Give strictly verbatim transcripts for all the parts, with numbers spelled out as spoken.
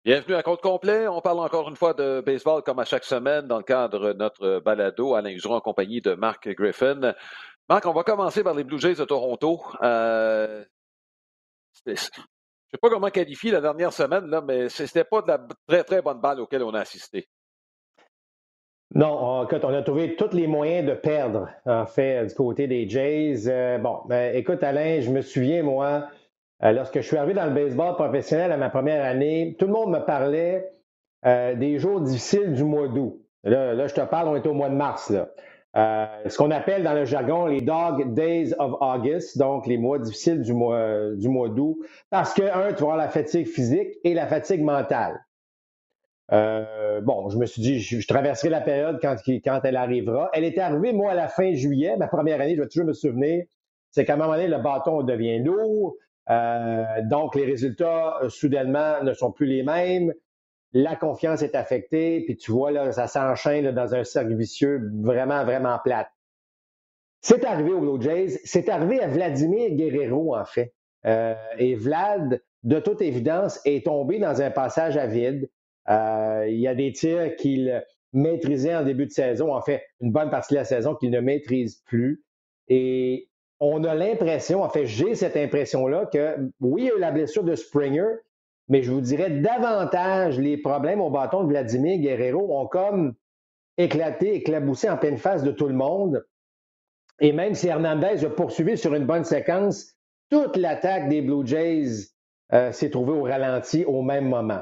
Bienvenue à compte complet. On parle encore une fois de baseball comme à chaque semaine dans le cadre de notre balado. Alain Huseron en compagnie de Marc Griffin. Marc, on va commencer par les Blue Jays de Toronto. Euh, je ne sais pas comment qualifier la dernière semaine, là, mais c'était pas de la très, très bonne balle auquel on a assisté. Non, on, écoute, on a trouvé tous les moyens de perdre, en fait, du côté des Jays. Euh, bon, ben, écoute, Alain, je me souviens, moi, euh, lorsque je suis arrivé dans le baseball professionnel à ma première année, tout le monde me parlait euh, des jours difficiles du mois d'août. Là, là, je te parle, on était au mois de mars, là. Euh, ce qu'on appelle dans le jargon les Dog Days of August, donc les mois difficiles du mois, du mois d'août, parce que, un, tu vas avoir la fatigue physique et la fatigue mentale. Euh, bon, je me suis dit, je, je traverserai la période quand, quand elle arrivera. Elle est arrivée, moi, à la fin juillet, ma première année, je vais toujours me souvenir, c'est qu'à un moment donné, le bâton devient lourd, euh, donc les résultats, euh, soudainement, ne sont plus les mêmes, la confiance est affectée, puis tu vois, là, ça s'enchaîne là, dans un cercle vicieux vraiment, vraiment plate. C'est arrivé aux Blue Jays, c'est arrivé à Vladimir Guerrero, en fait. Euh, et Vlad, de toute évidence, est tombé dans un passage à vide. Euh, il y a des tirs qu'il maîtrisait en début de saison, en fait, une bonne partie de la saison qu'il ne maîtrise plus. Et on a l'impression, en fait, j'ai cette impression-là que, oui, il y a eu la blessure de Springer, mais je vous dirais davantage les problèmes au bâton de Vladimir Guerrero ont comme éclaté, éclaboussé en pleine face de tout le monde. Et même si Hernandez a poursuivi sur une bonne séquence, toute l'attaque des Blue Jays euh, s'est trouvée au ralenti au même moment.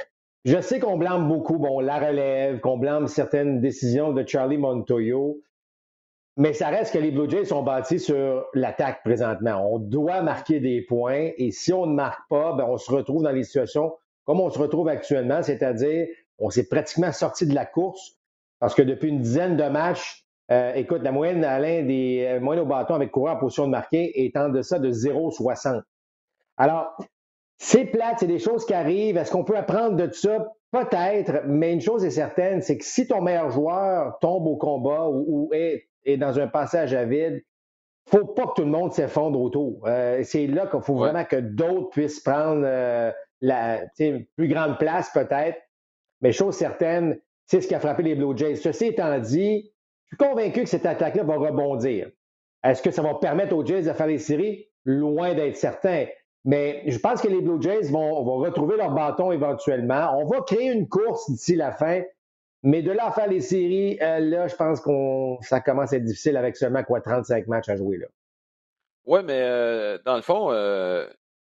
Je sais qu'on blâme beaucoup, bon, la relève, qu'on blâme certaines décisions de Charlie Montoyo, mais ça reste que les Blue Jays sont bâtis sur l'attaque présentement. On doit marquer des points et si on ne marque pas, ben, on se retrouve dans les situations comme on se retrouve actuellement, c'est-à-dire on s'est pratiquement sorti de la course parce que depuis une dizaine de matchs, euh, écoute, la moyenne, Alain, des euh, moyennes au bâton avec coureur en position de marquer est en deçà de zéro virgule soixante. Alors, c'est plate, c'est des choses qui arrivent. Est-ce qu'on peut apprendre de ça? Peut-être, mais une chose est certaine, c'est que si ton meilleur joueur tombe au combat ou, ou est, est, dans un passage à vide, il ne faut pas que tout le monde s'effondre autour. Euh, c'est là qu'il faut Ouais. vraiment que d'autres puissent prendre euh, la une plus grande place peut-être. Mais chose certaine, c'est ce qui a frappé les Blue Jays. Ceci étant dit, je suis convaincu que cette attaque-là va rebondir. Est-ce que ça va permettre aux Jays de faire les séries? Loin d'être certain. Mais je pense que les Blue Jays vont, vont retrouver leur bâton éventuellement. On va créer une course d'ici la fin. Mais de là à faire les séries, euh, là, je pense que ça commence à être difficile avec seulement quoi, trente-cinq matchs à jouer là. Ouais, mais euh, dans le fond, euh,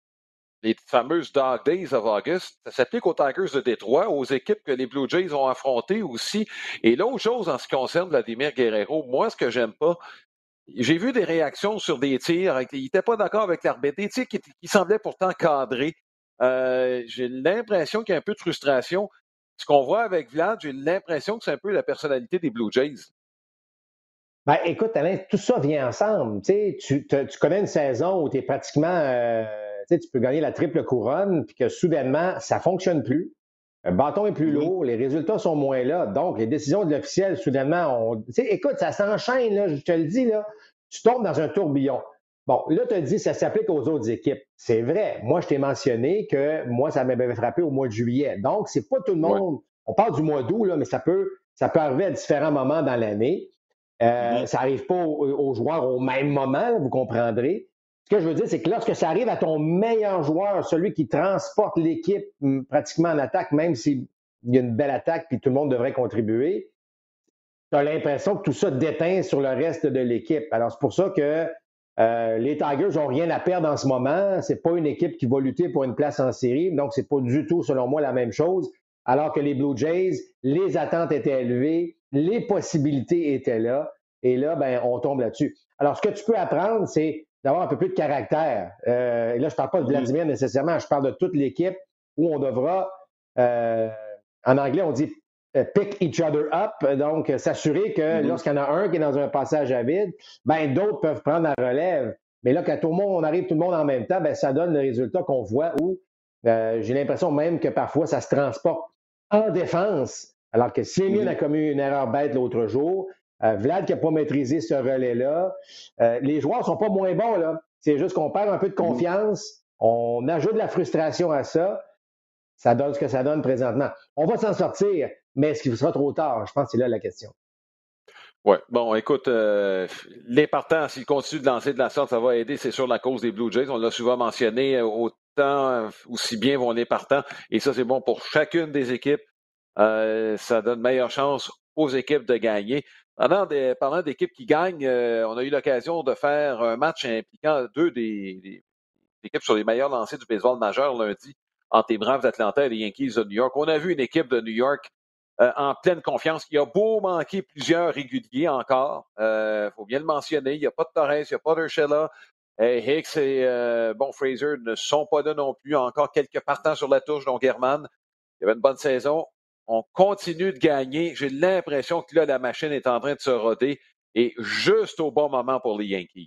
les fameuses Dog Days of August, ça s'applique aux Tigers de Détroit, aux équipes que les Blue Jays ont affrontées aussi. Et l'autre chose en ce qui concerne Vladimir Guerrero, moi, ce que j'aime pas, j'ai vu des réactions sur des tirs. Il n'était pas d'accord avec l'arbitre. Des tirs qui, qui semblaient pourtant cadrés. Euh, j'ai l'impression qu'il y a un peu de frustration. Ce qu'on voit avec Vlad, j'ai l'impression que c'est un peu la personnalité des Blue Jays. Ben, écoute, Alain, tout ça vient ensemble. Tu, tu, tu connais une saison où tu es pratiquement, euh, tu peux gagner la triple couronne, puis que soudainement, ça ne fonctionne plus. Le bâton est plus Mm-hmm. lourd, les résultats sont moins là. Donc, les décisions de l'officiel, soudainement, on... écoute, ça s'enchaîne, là, je te le dis, là, tu tombes dans un tourbillon. Bon, là, tu as dit, ça s'applique aux autres équipes. C'est vrai. Moi, je t'ai mentionné que moi, ça m'avait frappé au mois de juillet. Donc, c'est pas tout le Ouais. monde. On parle du mois d'août, là, mais ça peut, ça peut arriver à différents moments dans l'année. Euh, Mm-hmm. ça n'arrive pas aux, aux, joueurs au même moment, là, vous comprendrez. Ce que je veux dire, c'est que lorsque ça arrive à ton meilleur joueur, celui qui transporte l'équipe pratiquement en attaque, même s'il y a une belle attaque puis tout le monde devrait contribuer, tu as l'impression que tout ça déteint sur le reste de l'équipe. Alors, c'est pour ça que euh, les Tigers n'ont rien à perdre en ce moment. C'est pas une équipe qui va lutter pour une place en série, donc c'est pas du tout, selon moi, la même chose. Alors que les Blue Jays, les attentes étaient élevées, les possibilités étaient là, et là, ben, on tombe là-dessus. Alors, ce que tu peux apprendre, c'est d'avoir un peu plus de caractère. Euh, et là, je ne parle pas de Mm-hmm. Vladimir nécessairement, je parle de toute l'équipe où on devra, euh, en anglais, on dit pick each other up, donc s'assurer que Mm-hmm. lorsqu'il y en a un qui est dans un passage à vide, ben d'autres peuvent prendre la relève. Mais là, quand tout le monde, on arrive tout le monde en même temps, ben ça donne le résultat qu'on voit où euh, j'ai l'impression même que parfois ça se transporte en défense. Alors que Simeon a commis une erreur bête l'autre jour, euh, Vlad qui n'a pas maîtrisé ce relais-là, euh, les joueurs ne sont pas moins bons, là. C'est juste qu'on perd un peu de confiance, on ajoute de la frustration à ça. ça donne ce que ça donne présentement. On va s'en sortir, mais est-ce qu'il sera trop tard? Je pense que c'est là la question. Oui. Bon, écoute, euh, les partants, s'ils continuent de lancer de la sorte, ça va aider, c'est sûr, la cause des Blue Jays. On l'a souvent mentionné, autant, aussi bien vont les partants. Et ça, c'est bon pour chacune des équipes. Euh, ça donne meilleure chance aux équipes de gagner. Pendant des, parlant d'équipes qui gagnent, euh, on a eu l'occasion de faire un match impliquant deux des, des équipes sur les meilleurs lancers du baseball majeur lundi entre les Braves d'Atlanta et les Yankees de New York. On a vu une équipe de New York euh, en pleine confiance. Il a beau manquer plusieurs réguliers encore. Il euh, faut bien le mentionner. Il n'y a pas de Torres, il n'y a pas d'Urshela. Euh, Hicks et euh, bon, Fraser ne sont pas là non plus. Encore quelques partants sur la touche, dont German. Il y avait une bonne saison. On continue de gagner. J'ai l'impression que là, la machine est en train de se roder et juste au bon moment pour les Yankees.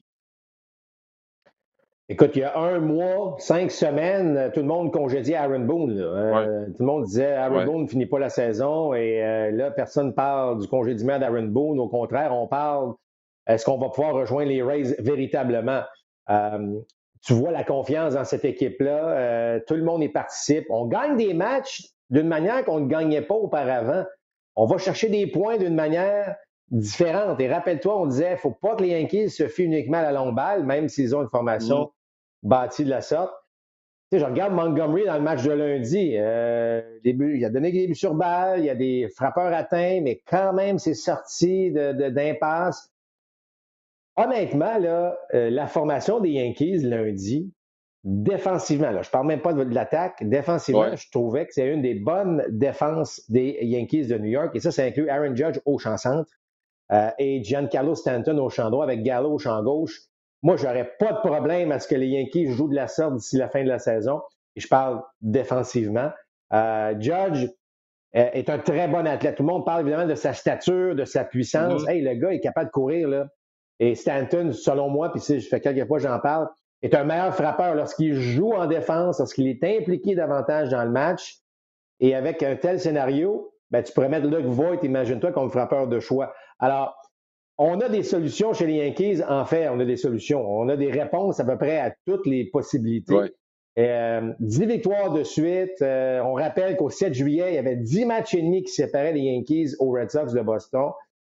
Écoute, il y a un mois, cinq semaines, tout le monde congédiait Aaron Boone. Euh, ouais. Tout le monde disait Aaron ouais. Boone ne finit pas la saison et euh, là, personne ne parle du congédiement d'Aaron Boone. Au contraire, on parle est-ce qu'on va pouvoir rejoindre les Rays véritablement? Euh, tu vois la confiance dans cette équipe-là. Euh, tout le monde y participe. On gagne des matchs d'une manière qu'on ne gagnait pas auparavant. On va chercher des points d'une manière différente. Et rappelle-toi, on disait, il ne faut pas que les Yankees se fient uniquement à la longue balle, même s'ils ont une formation mm-hmm. bâtie de la sorte. Tu sais, je regarde Montgomery dans le match de lundi. Euh, des buts, il a donné des buts sur balle, il y a des frappeurs atteints, mais quand même, c'est sorti de, de, d'impasse. Honnêtement, là, euh, la formation des Yankees lundi, défensivement, là, je ne parle même pas de, de l'attaque, défensivement, ouais. je trouvais que c'est une des bonnes défenses des Yankees de New York. Et ça, ça inclut Aaron Judge au champ centre euh, et Giancarlo Stanton au champ droit avec Gallo au champ gauche. Moi, je n'aurais pas de problème à ce que les Yankees jouent de la sorte d'ici la fin de la saison. Et je parle défensivement. Euh, Judge euh, est un très bon athlète. Tout le monde parle évidemment de sa stature, de sa puissance. Mm-hmm. Hey, le gars est capable de courir, là. Et Stanton, selon moi, puis ça fait quelques fois que j'en parle, est un meilleur frappeur lorsqu'il joue en défense, lorsqu'il est impliqué davantage dans le match. Et avec un tel scénario, ben, tu pourrais mettre Luke Voigt, imagine-toi, comme frappeur de choix. Alors, on a des solutions chez les Yankees. En fait, on a des solutions. On a des réponses à peu près à toutes les possibilités. Ouais. Euh, dix victoires de suite. Euh, on rappelle qu'au sept juillet, il y avait dix matchs et demi qui séparaient les Yankees aux Red Sox de Boston.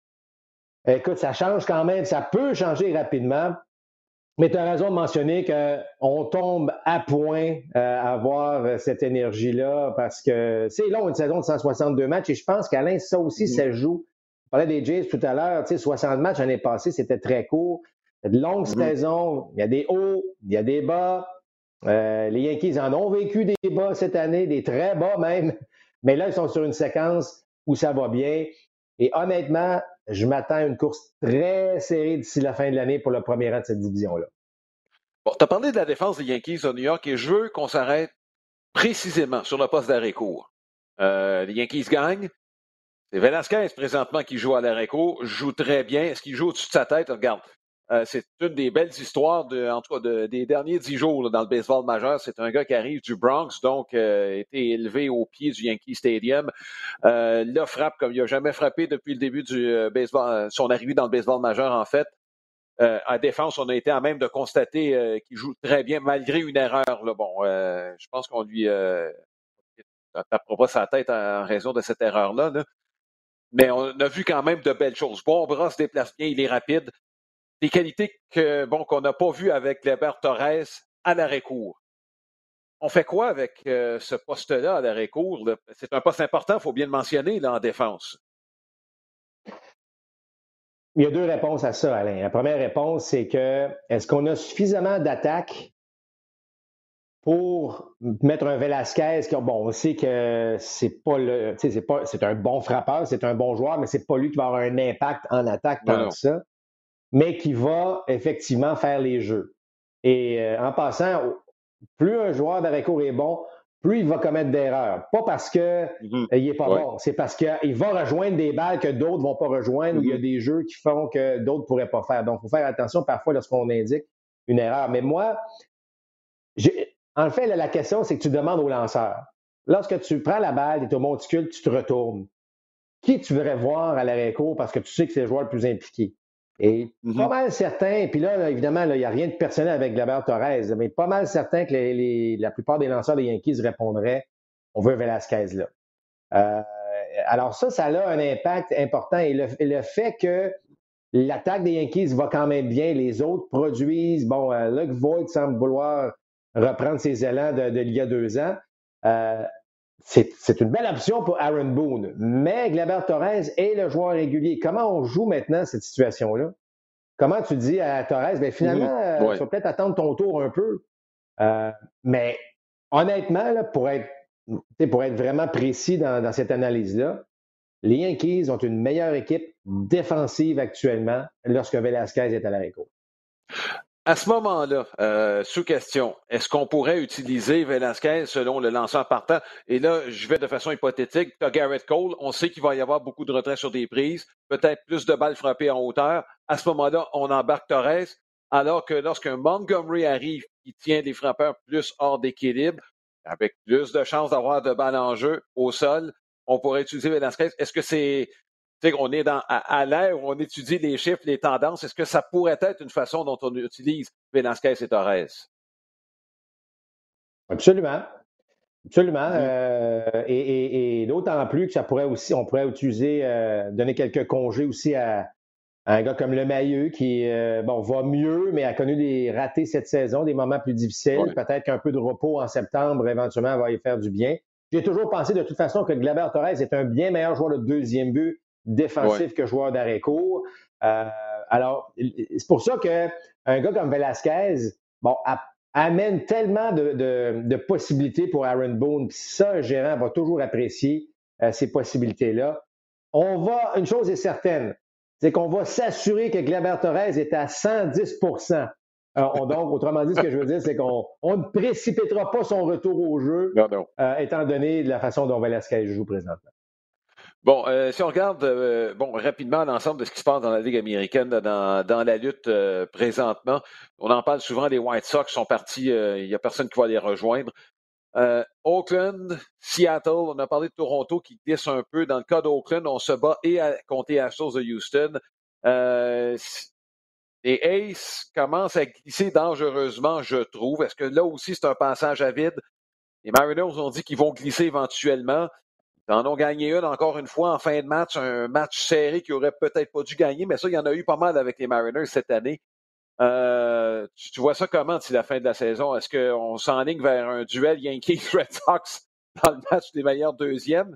Écoute, ça change quand même, ça peut changer rapidement, mais tu as raison de mentionner qu'on tombe à point euh, à avoir cette énergie-là parce que c'est long, une saison de cent soixante-deux matchs, et je pense qu'Alain, ça aussi, mmh. ça joue. On parlait des Jays tout à l'heure, tu sais, soixante matchs l'année passée, c'était très court. Il y a de longues mmh. saisons, il y a des hauts, il y a des bas. Euh, les Yankees en ont vécu des bas cette année, des très bas même, mais là, ils sont sur une séquence où ça va bien. Et honnêtement, je m'attends à une course très serrée d'ici la fin de l'année pour le premier rang de cette division-là. Bon, tu as parlé de la défense des Yankees de New York et je veux qu'on s'arrête précisément sur le poste d'arrêt-court. Euh, les Yankees gagnent. C'est Velasquez présentement qui joue à l'arrêt-court, joue très bien. Est-ce qu'il joue au-dessus de sa tête? Regarde, euh, c'est une des belles histoires, de, en tout cas, de, des derniers dix jours là, dans le baseball majeur. C'est un gars qui arrive du Bronx, donc euh, a été élevé au pied du Yankee Stadium. Euh, là, frappe comme il n'a jamais frappé depuis le début du euh, baseball, euh, son arrivée dans le baseball majeur, en fait. Euh, à défense, on a été à même de constater euh, qu'il joue très bien, malgré une erreur. Là. Bon, euh, je pense qu'on lui euh, tapera pas sa tête en raison de cette erreur-là. Là. Mais on a vu quand même de belles choses. Bon bras, se déplace bien, il est rapide. Des qualités que, bon, qu'on n'a pas vues avec Gleyber Torres à l'arrêt-court. On fait quoi avec euh, ce poste-là à l'arrêt-court? Là? C'est un poste important, il faut bien le mentionner, là, en défense. Il y a deux réponses à ça, Alain. La première réponse, c'est que est-ce qu'on a suffisamment d'attaques pour mettre un Velasquez qui, bon, on sait que c'est pas le, tu sais, c'est pas, c'est un bon frappeur, c'est un bon joueur, mais c'est pas lui qui va avoir un impact en attaque tant que ça, mais qui va effectivement faire les jeux. Et euh, en passant, plus un joueur d'arrêt-court est bon, plus il va commettre d'erreurs. Pas parce qu'il mm-hmm. n'est pas ouais. bon, c'est parce qu'il va rejoindre des balles que d'autres ne vont pas rejoindre mm-hmm. ou il y a des jeux qui font que d'autres ne pourraient pas faire. Donc, il faut faire attention parfois lorsqu'on indique une erreur. Mais moi, j'ai, en fait, là, la question, c'est que tu demandes au lanceur. Lorsque tu prends la balle, tu es au monticule, tu te retournes. Qui tu voudrais voir à l'arrêt-court parce que tu sais que c'est le joueur le plus impliqué? Et mm-hmm. pas mal certain, puis là, là évidemment, il n'y a rien de personnel avec Gleyber Torres, mais pas mal certain que les, les, la plupart des lanceurs des Yankees répondraient on veut Velasquez là. Euh, alors ça, ça a un impact important. Et le, et le fait que l'attaque des Yankees va quand même bien, les autres produisent. Bon, euh, Luke Voigt semble vouloir reprendre ses élans de, de, il y a deux ans. Euh, c'est, c'est une belle option pour Aaron Boone. Mais Gleyber Torres est le joueur régulier. Comment on joue maintenant cette situation-là? Comment tu dis à Torres, bien, finalement, Mm-hmm. euh, Ouais. tu vas peut-être attendre ton tour un peu. Euh, mais honnêtement, là, pour, être, pour être vraiment précis dans, dans cette analyse-là, les Yankees ont une meilleure équipe défensive actuellement lorsque Velasquez est à l'arrêt court. À ce moment-là, euh, sous question, est-ce qu'on pourrait utiliser Velasquez selon le lanceur partant? Et là, je vais de façon hypothétique. Tu as Garrett Cole, on sait qu'il va y avoir beaucoup de retraits sur des prises, peut-être plus de balles frappées en hauteur. À ce moment-là, on embarque Torres, alors que lorsqu'un Montgomery arrive qui tient les frappeurs plus hors d'équilibre, avec plus de chances d'avoir de balles en jeu au sol, on pourrait utiliser Velasquez. Est-ce que c'est... Tu sais, on est dans, à, à l'ère où on étudie les chiffres, les tendances. Est-ce que ça pourrait être une façon dont on utilise Velasquez et Torres? Absolument. Absolument. Mm-hmm. Euh, et, et, et d'autant plus que ça pourrait aussi, on pourrait utiliser, euh, donner quelques congés aussi à, à un gars comme Lemayeux qui, euh, bon, va mieux, mais a connu des ratés cette saison, des moments plus difficiles. Ouais. Peut-être qu'un peu de repos en septembre, éventuellement, va y faire du bien. J'ai toujours pensé de toute façon que Gleyber Torres est un bien meilleur joueur de deuxième but défensif Ouais. que joueur d'arrêt court. Euh, alors, c'est pour ça qu'un gars comme Velasquez, bon, a, amène tellement de, de, de possibilités pour Aaron Boone. Puis ça, un gérant va toujours apprécier euh, ces possibilités-là. On va, une chose est certaine, c'est qu'on va s'assurer que Gleyber Torres est à cent dix pour cent. Alors, on, donc, autrement dit, ce que je veux dire, c'est qu'on on ne précipitera pas son retour au jeu, Non, non. euh, étant donné de la façon dont Velasquez joue présentement. Bon, euh, si on regarde euh, bon, rapidement l'ensemble de ce qui se passe dans la Ligue américaine, dans, dans la lutte euh, présentement, on en parle souvent, les White Sox sont partis, euh, il n'y a personne qui va les rejoindre. Euh, Oakland, Seattle, on a parlé de Toronto qui glisse un peu. Dans le cas d'Oakland, on se bat et à, contre les Astros de Houston. Euh, les Aces commencent à glisser dangereusement, je trouve. Est-ce que là aussi, c'est un passage à vide? Les Mariners ont dit qu'ils vont glisser éventuellement. Ils en ont gagné une encore une fois en fin de match, un match serré qui aurait peut-être pas dû gagner, mais ça, il y en a eu pas mal avec les Mariners cette année. Euh, tu, tu vois ça comment d'ici la fin de la saison? Est-ce qu'on s'enligne vers un duel Yankees-Red Sox dans le match des meilleurs deuxièmes?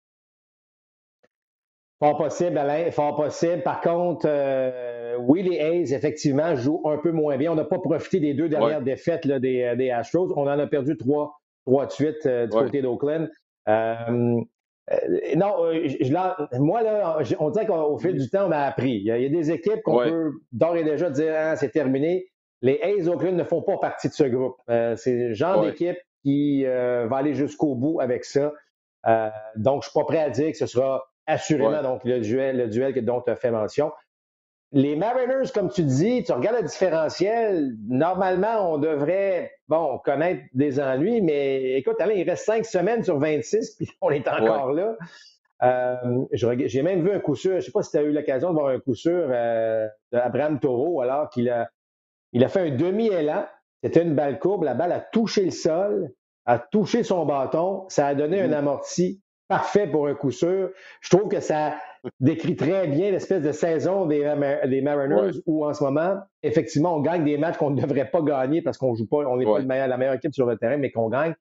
Fort possible, Alain, fort possible. Par contre, euh, oui, les A's, effectivement, jouent un peu moins bien. On n'a pas profité des deux dernières Ouais. défaites là, des, des Astros. On en a perdu trois, trois de suite euh, du Ouais. côté d'Oakland. Euh, euh, non, euh, je, je, moi, là, on dirait qu'au fil du temps, on a appris. Il y a, il y a des équipes qu'on Ouais. peut d'ores et déjà dire ah, c'est terminé. Les A's Oakland ne font pas partie de ce groupe. Euh, c'est le genre Ouais. d'équipe qui euh, va aller jusqu'au bout avec ça. Euh, donc, je ne suis pas prêt à dire que ce sera assurément, Ouais. donc, le duel, le duel dont tu as fait mention. Les Mariners, comme tu dis, tu regardes le différentiel, normalement, on devrait, bon, connaître des ennuis, mais écoute, Alain, il reste cinq semaines sur vingt-six, puis on est encore Ouais. là. Euh, j'ai même vu un coup sûr, je ne sais pas si tu as eu l'occasion de voir un coup sûr euh, d'Abraham Taureau, alors qu'il a, il a fait un demi-élan, c'était une balle courbe, la balle a touché le sol, a touché son bâton, ça a donné Mm-hmm. un amorti parfait pour un coup sûr. Je trouve que ça décrit très bien l'espèce de saison des, des Mariners Ouais. où, en ce moment, effectivement, on gagne des matchs qu'on ne devrait pas gagner parce qu'on joue pas, on n'est Ouais. pas le meilleur, la meilleure équipe sur le terrain, mais qu'on gagne.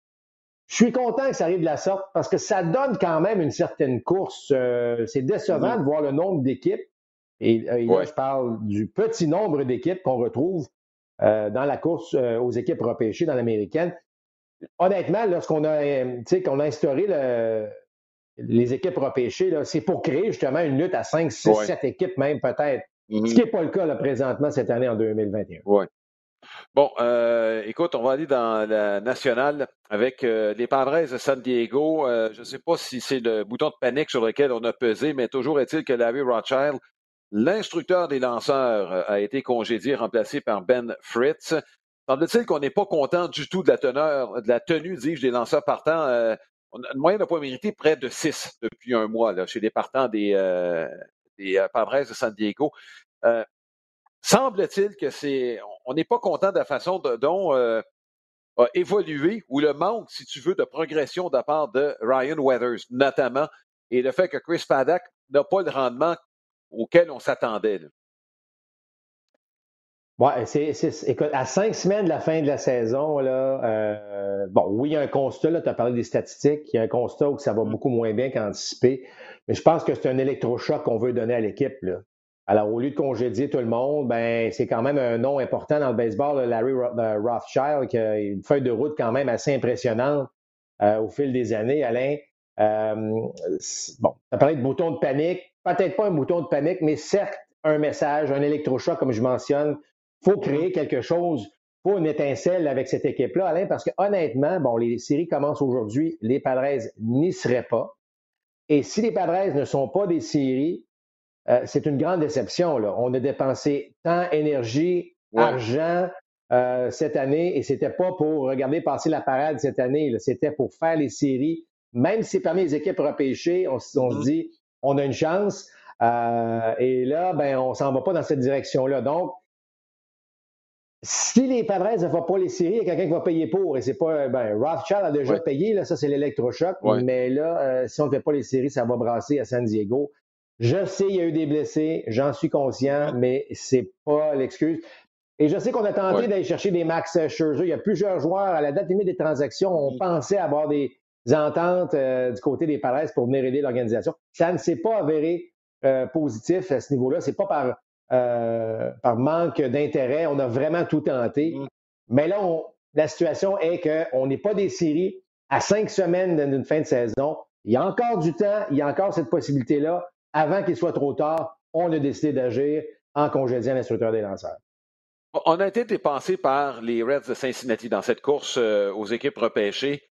Je suis content que ça arrive de la sorte parce que ça donne quand même une certaine course. Euh, c'est décevant Mm-hmm. de voir le nombre d'équipes. Et, et là, ouais. je parle du petit nombre d'équipes qu'on retrouve euh, dans la course euh, aux équipes repêchées dans l'américaine. Honnêtement, lorsqu'on a, euh, qu'on a instauré le, les équipes repêchées, là, c'est pour créer justement une lutte à cinq, six, Ouais. sept équipes même peut-être. Mm-hmm. Ce qui n'est pas le cas là, présentement cette année en deux mille vingt et un. Ouais. Bon, euh, écoute, on va aller dans la nationale avec euh, les Padres de San Diego. Euh, je ne sais pas si c'est le bouton de panique sur lequel on a pesé, mais toujours est-il que Larry Rothschild, l'instructeur des lanceurs, a été congédié, remplacé par Ben Fritz. Semble-t-il qu'on n'est pas content du tout de la teneur, de la tenue, dis-je, des lanceurs partants. Euh, on a une moyenne n'a pas mérité près de six depuis un mois là, chez les partants des, euh, des Padres de San Diego. Euh, Semble-t-il que c'est. On n'est pas content de la façon de, dont euh, a évolué ou le manque, si tu veux, de progression de la part de Ryan Weathers, notamment, et le fait que Chris Paddock n'a pas le rendement auquel on s'attendait. Là. Ouais, c'est, c'est, écoute, à cinq semaines de la fin de la saison, là, euh, bon, oui, il y a un constat, là, tu as parlé des statistiques, il y a un constat où ça va beaucoup moins bien qu'anticipé, mais je pense que c'est un électrochoc qu'on veut donner à l'équipe, là. Alors, au lieu de congédier tout le monde, ben, c'est quand même un nom important dans le baseball, là, Larry Rothschild, qui a une feuille de route quand même assez impressionnante euh, au fil des années, Alain. Euh, bon, tu as parlé de bouton de panique, peut-être pas un bouton de panique, mais certes, un message, un électrochoc, comme je mentionne. Il faut créer quelque chose, il faut une étincelle avec cette équipe-là, Alain, parce que honnêtement, bon, les séries commencent aujourd'hui, les Padres n'y seraient pas. Et si les Padres ne sont pas des séries, euh, c'est une grande déception, là. On a dépensé temps, énergie, Ouais. argent euh, cette année, et c'était pas pour regarder passer la parade cette année, là. C'était pour faire les séries. Même si parmi les équipes repêchées, on, on mm-hmm. se dit, on a une chance. Euh, et là, ben, on s'en va pas dans cette direction-là. Donc, si les Padres ne font pas les séries, il y a quelqu'un qui va payer pour. Et c'est pas. Ben, Rothschild a déjà ouais. payé, là, ça, c'est l'électrochoc. Ouais. Mais là, euh, si on ne fait pas les séries, ça va brasser à San Diego. Je sais, il y a eu des blessés, j'en suis conscient, mm-hmm. mais c'est pas l'excuse. Et je sais qu'on a tenté ouais. d'aller chercher des Max Scherzer. Il y a plusieurs joueurs, à la date limite des transactions, on mm-hmm. pensait avoir des ententes euh, du côté des Padres pour venir aider l'organisation. Ça ne s'est pas avéré euh, positif à ce niveau-là. C'est pas par. Euh, par manque d'intérêt. On a vraiment tout tenté. Mm. Mais là, on, la situation est qu'on n'est pas des séries à cinq semaines d'une fin de saison. Il y a encore du temps, il y a encore cette possibilité-là. Avant qu'il soit trop tard, on a décidé d'agir en congédiant l'instructeur des lanceurs. On a été dépensé par les Reds de Cincinnati dans cette course euh, aux équipes repêchées.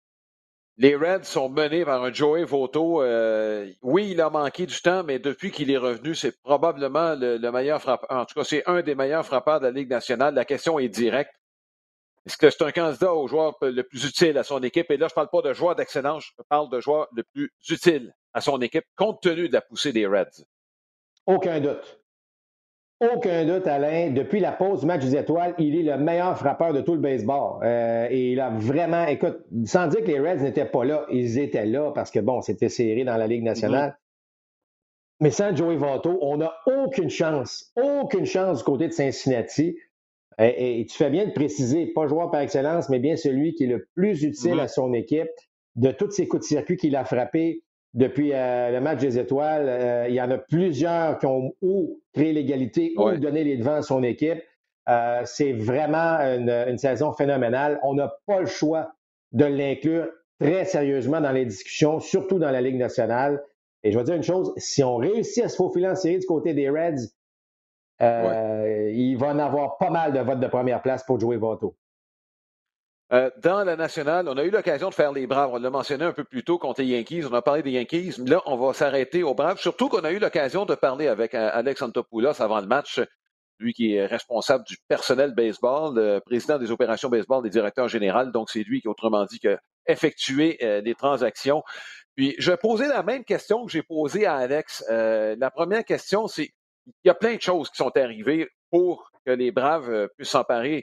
Les Reds sont menés par un Joey Votto. Euh, oui, il a manqué du temps, mais depuis qu'il est revenu, c'est probablement le, le meilleur frappeur. En tout cas, c'est un des meilleurs frappeurs de la Ligue nationale. La question est directe. Est-ce que c'est un candidat au joueur le plus utile à son équipe? Et là, je ne parle pas de joueur d'excellence, je parle de joueur le plus utile à son équipe, compte tenu de la poussée des Reds. Aucun doute. Aucun doute, Alain. Depuis la pause du match des étoiles, il est le meilleur frappeur de tout le baseball. Euh, et il a vraiment, écoute, sans dire que les Reds n'étaient pas là, ils étaient là parce que, bon, c'était serré dans la Ligue nationale. Mm-hmm. Mais sans Joey Votto, on n'a aucune chance, aucune chance du côté de Cincinnati. Et, et tu fais bien de préciser, pas joueur par excellence, mais bien celui qui est le plus utile mm-hmm. à son équipe. De tous ces coups de circuit qu'il a frappés depuis euh, le match des étoiles, euh, il y en a plusieurs qui ont ou créé l'égalité ouais. ou donné les devants à son équipe. Euh, c'est vraiment une, une saison phénoménale. On n'a pas le choix de l'inclure très sérieusement dans les discussions, surtout dans la Ligue nationale. Et je vais dire une chose, si on réussit à se faufiler en série du côté des Reds, euh, ouais. il va en avoir pas mal de votes de première place pour Joey Votto. Euh, dans la nationale, on a eu l'occasion de faire les Braves. On l'a mentionné un peu plus tôt contre les Yankees. On a parlé des Yankees. Là, on va s'arrêter aux Braves. Surtout qu'on a eu l'occasion de parler avec Alex Antopoulos avant le match. Lui qui est responsable du personnel baseball, le président des opérations baseball, des directeurs généraux. Donc, c'est lui qui, autrement dit, qui a effectué euh, les transactions. Puis, je vais poser la même question que j'ai posée à Alex. Euh, la première question, c'est il y a plein de choses qui sont arrivées pour que les Braves euh, puissent s'emparer.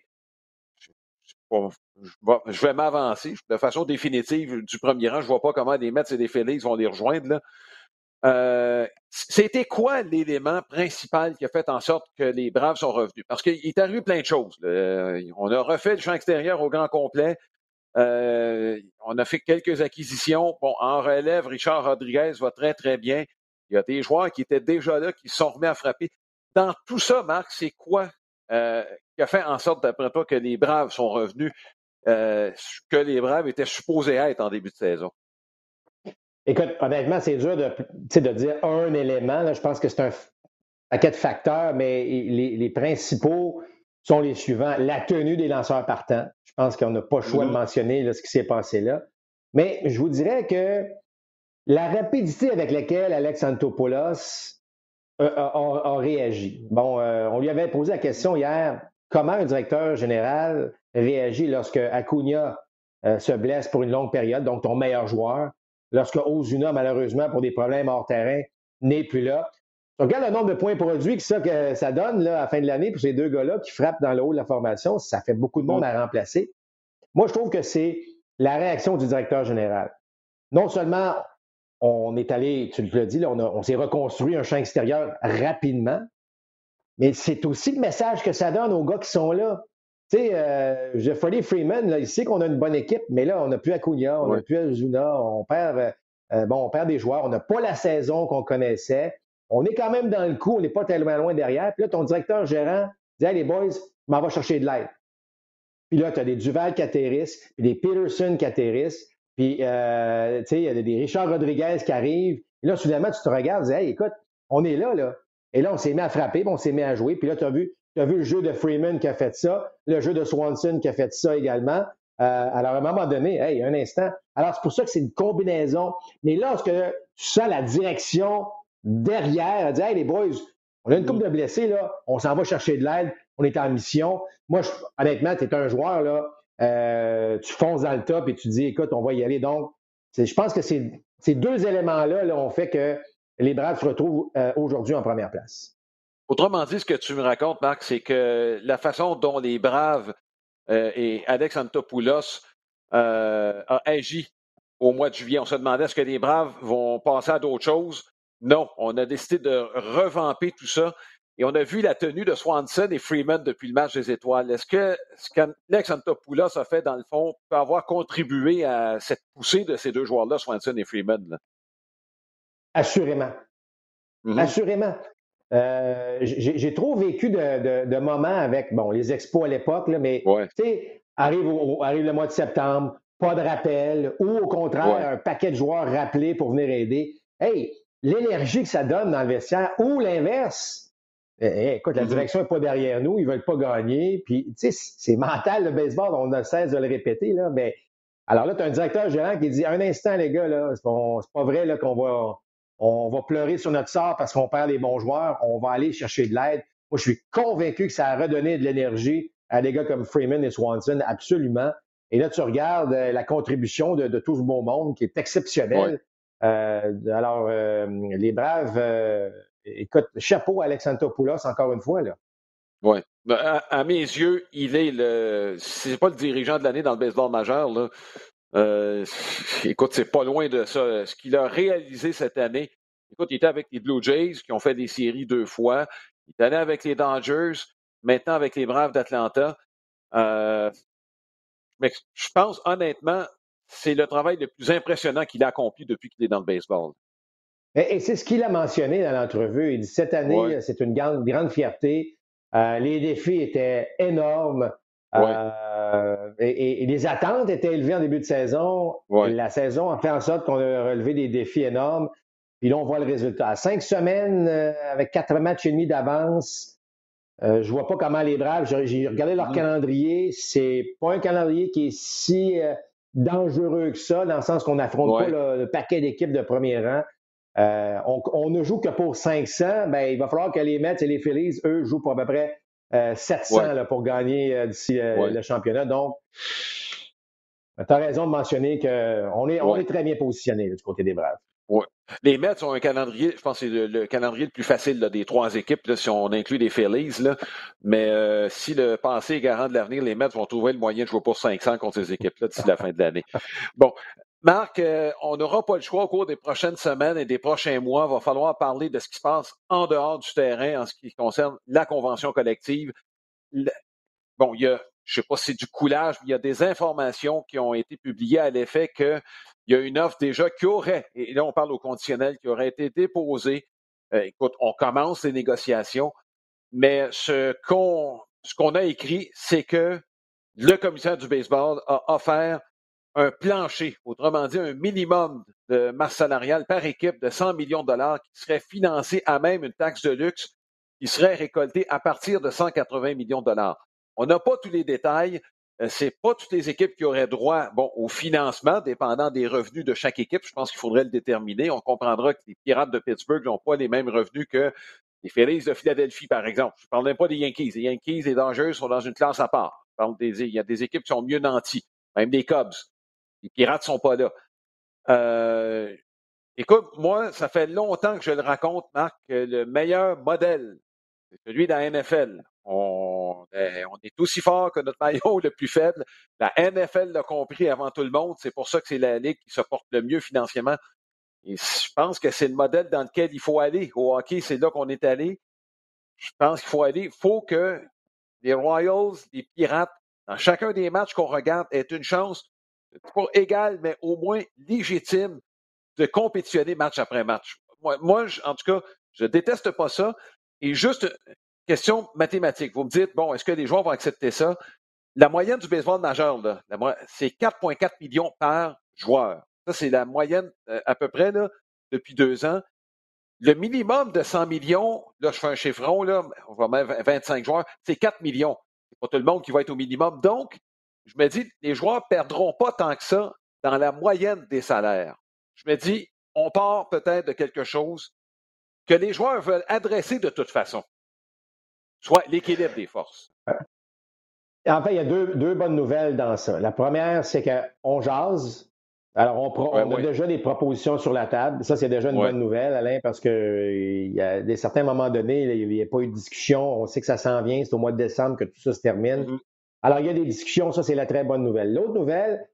Bon, je vais m'avancer de façon définitive du premier rang. Je ne vois pas comment les Mets et les Phillies vont les rejoindre. Là. Euh, c'était quoi l'élément principal qui a fait en sorte que les Braves sont revenus? Parce qu'il est arrivé plein de choses. Là. On a refait le champ extérieur au grand complet. Euh, on a fait quelques acquisitions. Bon, en relève, Richard Rodriguez va très, très bien. Il y a des joueurs qui étaient déjà là, qui se sont remis à frapper. Dans tout ça, Marc, c'est quoi euh, qui a fait en sorte, d'après toi, que les Braves sont revenus, euh, que les Braves étaient supposés être en début de saison? Écoute, honnêtement, c'est dur de, de dire un élément. Là. Je pense que c'est un paquet de facteurs, mais les, les principaux sont les suivants. La tenue des lanceurs partants. Je pense qu'on n'a pas le choix mm-hmm. de mentionner là, ce qui s'est passé là. Mais je vous dirais que la rapidité avec laquelle Alex Antopoulos a, a, a réagi. Bon, euh, on lui avait posé la question hier, comment un directeur général réagit lorsque Acuna euh, se blesse pour une longue période, donc ton meilleur joueur, lorsque Ozuna, malheureusement, pour des problèmes hors terrain, n'est plus là. Tu regardes le nombre de points produits que ça, que ça donne là, à la fin de l'année pour ces deux gars-là qui frappent dans le haut de la formation, ça fait beaucoup de monde à remplacer. Moi, je trouve que c'est la réaction du directeur général. Non seulement on est allé, tu l'as dit, là, on, a, on s'est reconstruit un champ extérieur rapidement, mais c'est aussi le message que ça donne aux gars qui sont là. Tu sais, euh, Freddie Freeman, là, il sait qu'on a une bonne équipe, mais là, on n'a plus Acuna, on n'a Ouais. plus Ozuna, on perd, euh, bon, on perd des joueurs, on n'a pas la saison qu'on connaissait. On est quand même dans le coup, on n'est pas tellement loin derrière. Puis là, ton directeur gérant dit, hey, les boys, je m'en vais chercher de l'aide. Puis là, tu as des Duval qui atterrissent, puis des Peterson qui atterrissent, puis euh, tu sais, il y a des Richard Rodriguez qui arrivent. Et là, soudainement, tu te regardes, tu dis, hey, écoute, on est là, là. Et là, on s'est mis à frapper, puis on s'est mis à jouer. Puis là, tu as vu, tu as vu le jeu de Freeman qui a fait ça, le jeu de Swanson qui a fait ça également. Euh, alors, à un moment donné, hey, un instant. Alors, c'est pour ça que c'est une combinaison. Mais lorsque tu sens la direction derrière, elle dit, hey, les boys, on a une couple de blessés, là, on s'en va chercher de l'aide, on est en mission. Moi, je, honnêtement, tu es un joueur, là, euh, tu fonces dans le top et tu dis, écoute, on va y aller. Donc, je pense que ces, ces deux éléments-là là, ont fait que les Braves se retrouvent euh, aujourd'hui en première place. Autrement dit, ce que tu me racontes, Marc, c'est que la façon dont les Braves euh, et Alex Antopoulos euh, a agi au mois de juillet, on se demandait est-ce que les Braves vont passer à d'autres choses. Non, on a décidé de revamper tout ça. Et on a vu la tenue de Swanson et Freeman depuis le match des Étoiles. Est-ce que ce qu'Alex Antopoulos a fait, dans le fond, peut avoir contribué à cette poussée de ces deux joueurs-là, Swanson et Freeman? Là? Assurément. Mm-hmm. Assurément. Euh, j'ai, j'ai trop vécu de, de, de moments avec, bon, les expos à l'époque, là, mais ouais. tu sais, arrive, au, arrive le mois de septembre, pas de rappel, ou au contraire, ouais. un paquet de joueurs rappelés pour venir aider. Hey, l'énergie que ça donne dans le vestiaire, ou l'inverse. Hey, écoute, la mm-hmm. direction n'est pas derrière nous, ils ne veulent pas gagner. Puis, tu sais, c'est mental le baseball, on ne cesse de le répéter, là. Mais alors là, tu as un directeur gérant qui dit un instant, les gars, là, c'est pas, c'est pas vrai là, qu'on va, on va pleurer sur notre sort parce qu'on perd les bons joueurs, on va aller chercher de l'aide. Moi, je suis convaincu que ça a redonné de l'énergie à des gars comme Freeman et Swanson, absolument. Et là, tu regardes euh, la contribution de, de tout ce beau monde qui est exceptionnelle. Ouais. Euh, alors, euh, les Braves. Euh, Écoute, chapeau à Alex Antopoulos, encore une fois. Là. Oui. À, à mes yeux, il est le. C'est pas le dirigeant de l'année dans le baseball majeur. Là. Euh, écoute, c'est pas loin de ça. Ce qu'il a réalisé cette année, écoute, il était avec les Blue Jays qui ont fait des séries deux fois. Il est allé avec les Dodgers, maintenant avec les Braves d'Atlanta. Euh, mais je pense, honnêtement, c'est le travail le plus impressionnant qu'il a accompli depuis qu'il est dans le baseball. Et, et c'est ce qu'il a mentionné dans l'entrevue. Il dit cette année, ouais. c'est une grande, grande fierté. Euh, les défis étaient énormes. Ouais. Euh, et, et les attentes étaient élevées en début de saison. Ouais. La saison a fait en sorte qu'on a relevé des défis énormes. Puis là, on voit le résultat. À cinq semaines, euh, avec quatre matchs et demi d'avance, euh, je vois pas comment les Braves, j'ai, j'ai regardé leur mmh. calendrier. C'est pas un calendrier qui est si euh, dangereux que ça, dans le sens qu'on n'affronte ouais. pas le, le paquet d'équipes de premier rang. Euh, on, on ne joue que pour cinq cents. Ben, il va falloir que les Mets et les Phillies, eux, jouent pour à peu près euh, sept cents ouais. là, pour gagner euh, d'ici euh, ouais. le championnat. Donc, tu as raison de mentionner qu'on est, ouais. on est très bien positionné là, du côté des Braves. Oui. Les Mets ont un calendrier, je pense que c'est le, le calendrier le plus facile là, des trois équipes, là, si on inclut les Phillies. Là. Mais euh, si le passé est garant de l'avenir, les Mets vont trouver le moyen de jouer pour cinq cents contre ces équipes-là d'ici la fin de l'année. Bon. Marc, euh, on n'aura pas le choix au cours des prochaines semaines et des prochains mois. Il va falloir parler de ce qui se passe en dehors du terrain en ce qui concerne la convention collective. Le... Bon, il y a, je ne sais pas si c'est du coulage, mais il y a des informations qui ont été publiées à l'effet qu'il y a une offre déjà qui aurait, et là on parle au conditionnel, qui aurait été déposée. Euh, écoute, on commence les négociations, mais ce qu'on, ce qu'on a écrit, c'est que le commissaire du baseball a offert un plancher, autrement dit un minimum de masse salariale par équipe de cent millions de dollars qui serait financé à même une taxe de luxe qui serait récoltée à partir de cent quatre-vingts millions de dollars. On n'a pas tous les détails. C'est pas toutes les équipes qui auraient droit bon, au financement, dépendant des revenus de chaque équipe. Je pense qu'il faudrait le déterminer. On comprendra que les Pirates de Pittsburgh n'ont pas les mêmes revenus que les Phillies de Philadelphie, par exemple. Je ne parle même pas des Yankees. Les Yankees et les Dodgers sont dans une classe à part. Je parle des, il y a des équipes qui sont mieux nanties, même des Cubs. Les Pirates sont pas là. Euh, écoute, moi, ça fait longtemps que je le raconte, Marc, que le meilleur modèle, c'est celui de la N F L. On Ben, on est aussi fort que notre maillot le plus faible. La N F L l'a compris avant tout le monde. C'est pour ça que c'est la ligue qui se porte le mieux financièrement. Et je pense que c'est le modèle dans lequel il faut aller. Au hockey, c'est là qu'on est allé. Je pense qu'il faut aller. Il faut que les Royals, les Pirates, dans chacun des matchs qu'on regarde, aient une chance, pas égale, mais au moins légitime, de compétitionner match après match. Moi, moi je, en tout cas, je déteste pas ça. Et juste, question mathématique. Vous me dites, bon, est-ce que les joueurs vont accepter ça? La moyenne du baseball majeur, là, la, c'est quatre virgule quatre millions par joueur. Ça, c'est la moyenne euh, à peu près là, depuis deux ans. Le minimum de cent millions, là, je fais un chiffron, là, on va mettre vingt-cinq joueurs, c'est quatre millions. C'est pas tout le monde qui va être au minimum. Donc, je me dis, les joueurs ne perdront pas tant que ça dans la moyenne des salaires. Je me dis, on part peut-être de quelque chose que les joueurs veulent adresser de toute façon, soit l'équilibre des forces. En fait, il y a deux, deux bonnes nouvelles dans ça. La première, c'est qu'on jase. Alors, on, pro, ouais, on a oui. déjà des propositions sur la table. Ça, c'est déjà une ouais. bonne nouvelle, Alain, parce qu'il y a des certains moments donnés, il n'y a pas eu de discussion. On sait que ça s'en vient. C'est au mois de décembre que tout ça se termine. Mm-hmm. Alors, il y a des discussions. Ça, c'est la très bonne nouvelle. L'autre nouvelle,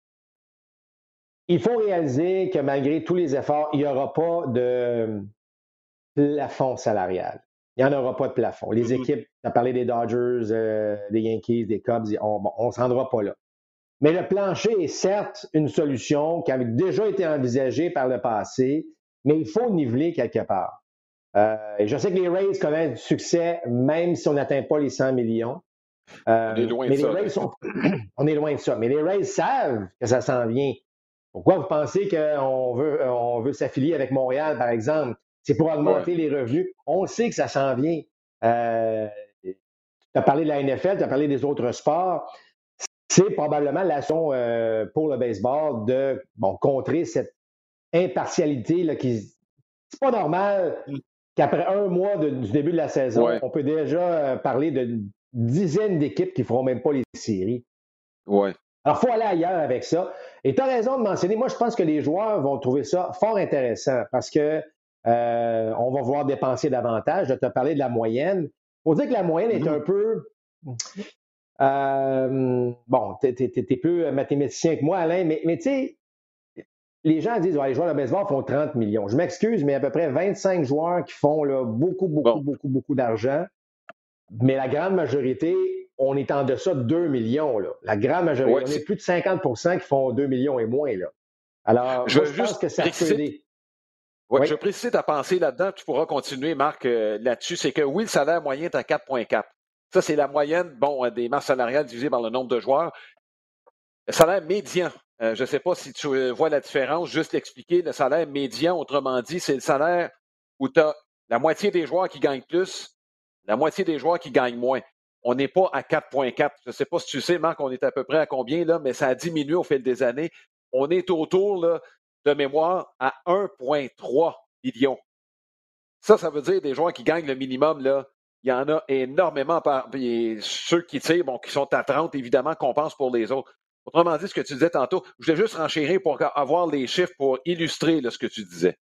il faut réaliser que malgré tous les efforts, il n'y aura pas de plafond salarial. Il n'y en aura pas de plafond. Les mm-hmm. équipes, tu as parlé des Dodgers, euh, des Yankees, des Cubs, on bon, ne se rendra pas là. Mais le plancher est certes une solution qui avait déjà été envisagée par le passé, mais il faut niveler quelque part. Euh, et je sais que les Rays connaissent du succès, même si on n'atteint pas les cent millions. Euh, on est loin mais de les ça. Rays sont... on est loin de ça. Mais les Rays savent que ça s'en vient. Pourquoi vous pensez qu'on veut, on veut s'affilier avec Montréal, par exemple? C'est pour augmenter ouais. les revenus. On sait que ça s'en vient. Euh, tu as parlé de la N F L, tu as parlé des autres sports. C'est probablement la façon euh, pour le baseball de bon, contrer cette impartialité là, qui. C'est pas normal qu'après un mois de, du début de la saison, ouais. on peut déjà euh, parler d'une dizaine d'équipes qui ne feront même pas les séries. Ouais. Alors, il faut aller ailleurs avec ça. Et tu as raison de mentionner, moi, je pense que les joueurs vont trouver ça fort intéressant parce que euh, on va vouloir dépenser davantage. Je te parlais de la moyenne. Il faut dire que la moyenne mm-hmm. est un peu. Euh, bon, tu es plus mathématicien que moi, Alain, mais, mais tu sais, les gens disent ouais, les joueurs de baseball font trente millions. Je m'excuse, mais à peu près vingt-cinq joueurs qui font là, beaucoup, beaucoup, bon. beaucoup, beaucoup d'argent. Mais la grande majorité, on est en deçà de deux millions. Là. La grande majorité, ouais, on est plus de cinquante pour cent qui font deux millions et moins. Là. Alors, je, moi, je pense que ça peut aider. Ouais, oui. Je précise ta pensée là-dedans. Tu pourras continuer, Marc, euh, là-dessus. C'est que oui, le salaire moyen est à quatre virgule quatre. Ça, c'est la moyenne bon, des masses salariales divisées par le nombre de joueurs. Le salaire médian, euh, je ne sais pas si tu vois la différence, juste l'expliquer. Le salaire médian, autrement dit, c'est le salaire où tu as la moitié des joueurs qui gagnent plus, la moitié des joueurs qui gagnent moins. On n'est pas à quatre virgule quatre. Je ne sais pas si tu sais, Marc, on est à peu près à combien, là, mais ça a diminué au fil des années. On est autour là, de mémoire à un virgule trois million. Ça, ça veut dire des joueurs qui gagnent le minimum, là. Il y en a énormément. Par... Puis ceux qui tirent, bon, qui sont à trente, évidemment, qu'on pense pour les autres. Autrement dit, ce que tu disais tantôt, je voulais juste renchérir pour avoir les chiffres pour illustrer là, ce que tu disais.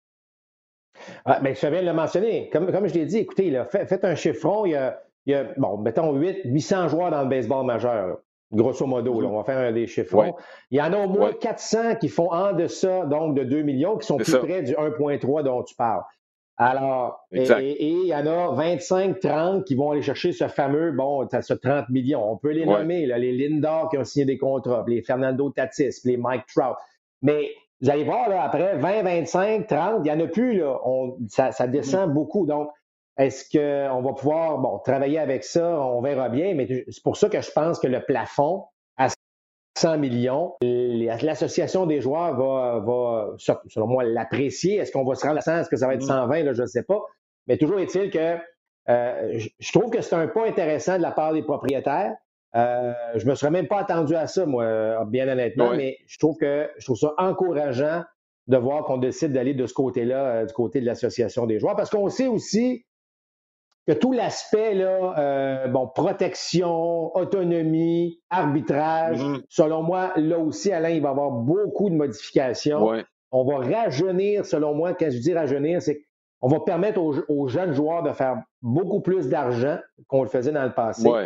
Ah, bien, je viens de le mentionner. Comme, comme je l'ai dit, écoutez, là, fait, faites un chiffron. Il y a, il y a bon, mettons, huit cents joueurs dans le baseball majeur, là, grosso modo. Mm-hmm. Là, on va faire un des chiffrons. Ouais. Il y en a au moins ouais. quatre cents qui font en deçà donc, de deux millions, qui sont C'est plus ça. près du un virgule trois dont tu parles. Alors, et, et, et il y en a vingt-cinq trente qui vont aller chercher ce fameux, bon, ce trente millions. On peut les ouais. nommer, là, les Lindor qui ont signé des contrats, les Fernando Tatis, les Mike Trout. Mais vous allez voir, là, après vingt, vingt-cinq, trente, il n'y en a plus, là. On, ça, ça descend mmh. beaucoup. Donc, est-ce qu'on va pouvoir, bon, travailler avec ça? On verra bien, mais c'est pour ça que je pense que le plafond à cent millions, l'association des joueurs va, va selon moi, l'apprécier. Est-ce qu'on va se rendre à cent? Est-ce que ça va être cent vingt? Là, je ne sais pas. Mais toujours est-il que euh, je, je trouve que c'est un pas intéressant de la part des propriétaires. Euh, je ne me serais même pas attendu à ça, moi, bien honnêtement, oui. mais je trouve que je trouve ça encourageant de voir qu'on décide d'aller de ce côté-là, euh, du côté de l'association des joueurs. Parce qu'on sait aussi que tout l'aspect, là, euh, bon, protection, autonomie, arbitrage, mm-hmm. selon moi, là aussi, Alain, il va y avoir beaucoup de modifications. Ouais. On va rajeunir, selon moi, quand je dis rajeunir, c'est qu'on va permettre aux, aux jeunes joueurs de faire beaucoup plus d'argent qu'on le faisait dans le passé. Ouais.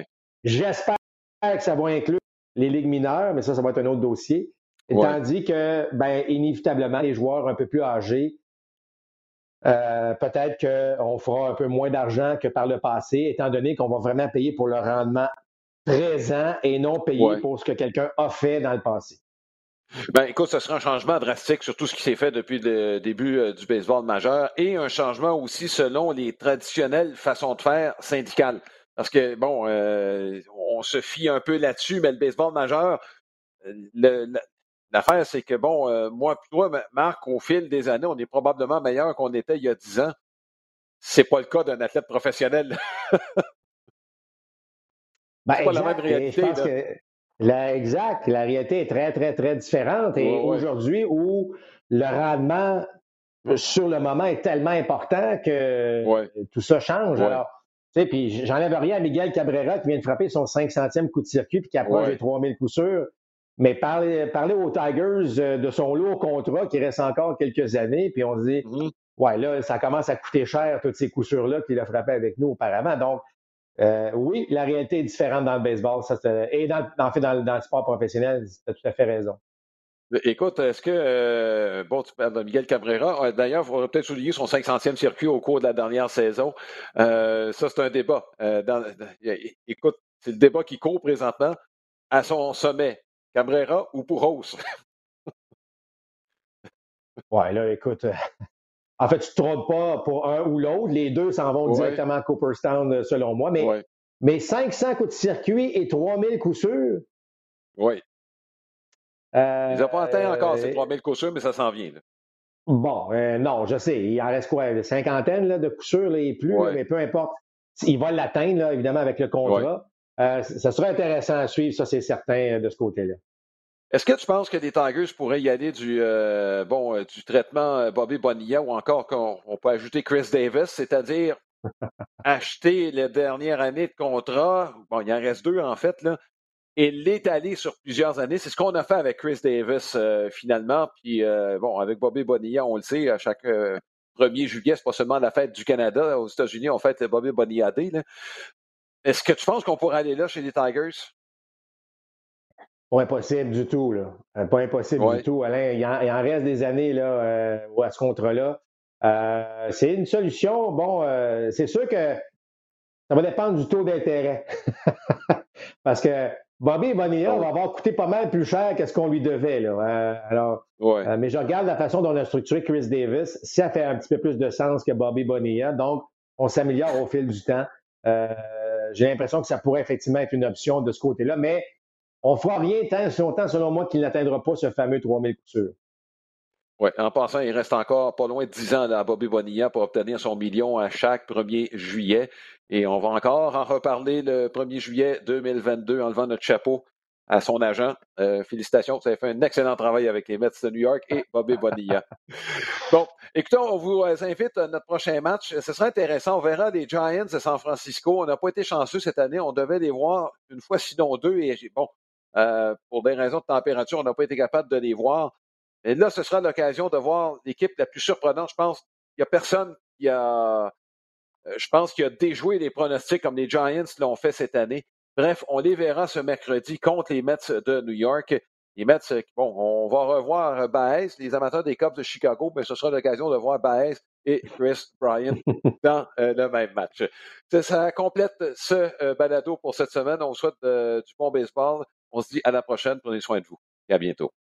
J'espère que ça va inclure les ligues mineures, mais ça, ça va être un autre dossier. Et Ouais. tandis que, ben, inévitablement, les joueurs un peu plus âgés, euh, peut-être qu'on fera un peu moins d'argent que par le passé, étant donné qu'on va vraiment payer pour le rendement présent et non payer Ouais. pour ce que quelqu'un a fait dans le passé. Ben, écoute, ce sera un changement drastique sur tout ce qui s'est fait depuis le début euh, du baseball majeur et un changement aussi selon les traditionnelles façons de faire syndicales. Parce que, bon, euh, on se fie un peu là-dessus, mais le baseball majeur, le, le, l'affaire, c'est que, bon, euh, moi et toi, Marc, au fil des années, on est probablement meilleur qu'on était il y a dix ans. C'est pas le cas d'un athlète professionnel. Ben, C'est pas la même exact. Et je réalité, pense là. que la, exact, la réalité est très, très, très différente. Et Ouais, ouais. aujourd'hui, où le rendement sur le moment est tellement important que Ouais. tout ça change. Ouais. Alors, tu sais, puis j'enlève rien à Miguel Cabrera qui vient de frapper son cinq centième coup de circuit puis qui approche Ouais. des trois mille coups sûrs. Mais parler, parler aux Tigers de son lourd contrat qui reste encore quelques années, puis on se dit, Mm-hmm. ouais, là, ça commence à coûter cher, tous ces coups sûrs-là qu'il a frappé avec nous auparavant. Donc, euh, oui, la réalité est différente dans le baseball. Ça, et dans, en fait, dans, dans le sport professionnel, tu as tout à fait raison. Écoute, est-ce que, euh, bon, tu parles de Miguel Cabrera. D'ailleurs, il faudrait peut-être souligner son cinq centième circuit au cours de la dernière saison. Euh, ça, c'est un débat. Euh, dans, écoute, c'est le débat qui court présentement à son sommet. Cabrera ou Pujols? Ouais, là, écoute, en fait, tu ne te trompes pas pour un ou l'autre. Les deux s'en vont Ouais, directement à Cooperstown, selon moi. Mais, ouais, mais cinq cents coups de circuit et trois mille coups sûrs. ouais. Il n'a pas atteint encore ces Euh, trois mille coups sûrs, mais ça s'en vient, là. bon, euh, non, je sais. Il en reste quoi? Une cinquantaine là, de coups sûrs là, et plus, là, Ouais, mais peu importe. Il va l'atteindre, là, évidemment, avec le ouais. contrat. Euh, ça serait intéressant à suivre, ça, c'est certain, de ce côté-là. Est-ce que tu penses que les Tigers pourraient y aller du euh, bon euh, du traitement euh, Bobby Bonilla ou encore qu'on on peut ajouter Chris Davis, c'est-à-dire acheter la dernière année de contrat, bon, il en reste deux en fait, là, et l'étaler sur plusieurs années. C'est ce qu'on a fait avec Chris Davis euh, finalement. Puis euh, bon, avec Bobby Bonilla, on le sait, à chaque euh, premier juillet, c'est pas seulement la fête du Canada. Aux États-Unis, on fête le Bobby Bonilla Day, là. Est-ce que tu penses qu'on pourrait aller là chez les Tigers? Pas impossible du tout, là. Euh, Pas impossible du Oui. tout, Alain. Il en, il en reste des années là, euh, à ce contrat-là. Euh, c'est une solution. Bon, euh, c'est sûr que ça va dépendre du taux d'intérêt. Parce que Bobby Bonilla Oh, va avoir coûté pas mal plus cher que ce qu'on lui devait. Là. Euh, alors, oui. euh, mais je regarde la façon dont on a structuré Chris Davis. Ça fait un petit peu plus de sens que Bobby Bonilla. Donc, on s'améliore au fil du temps. Euh, j'ai l'impression que ça pourrait effectivement être une option de ce côté-là, mais on ne fera rien tant si longtemps, selon moi, qu'il n'atteindra pas ce fameux trois mille coups sûrs. Ouais. En passant, il reste encore pas loin de dix ans là, à Bobby Bonilla pour obtenir son million à chaque premier juillet. Et on va encore en reparler le premier juillet deux mille vingt-deux en levant notre chapeau à son agent. Euh, félicitations, vous avez fait un excellent travail avec les Mets de New York et Bobby Bonilla. Bon, écoutez, on vous invite à notre prochain match. Ce sera intéressant. On verra les Giants de San Francisco. On n'a pas été chanceux cette année. On devait les voir une fois, sinon deux. Et bon, euh, pour des raisons de température, on n'a pas été capable de les voir. Et là, ce sera l'occasion de voir l'équipe la plus surprenante. Je pense qu'il n'y a personne qui a, euh, je pense, qui a déjoué les pronostics comme les Giants l'ont fait cette année. Bref, on les verra ce mercredi contre les Mets de New York. Les Mets, bon, on va revoir Baez, les amateurs des Cubs de Chicago, mais ce sera l'occasion de voir Baez et Chris Bryant dans euh, le même match. Ça, ça complète ce euh, balado pour cette semaine. On vous souhaite euh, du bon baseball. On se dit à la prochaine. Prenez soin de vous et à bientôt.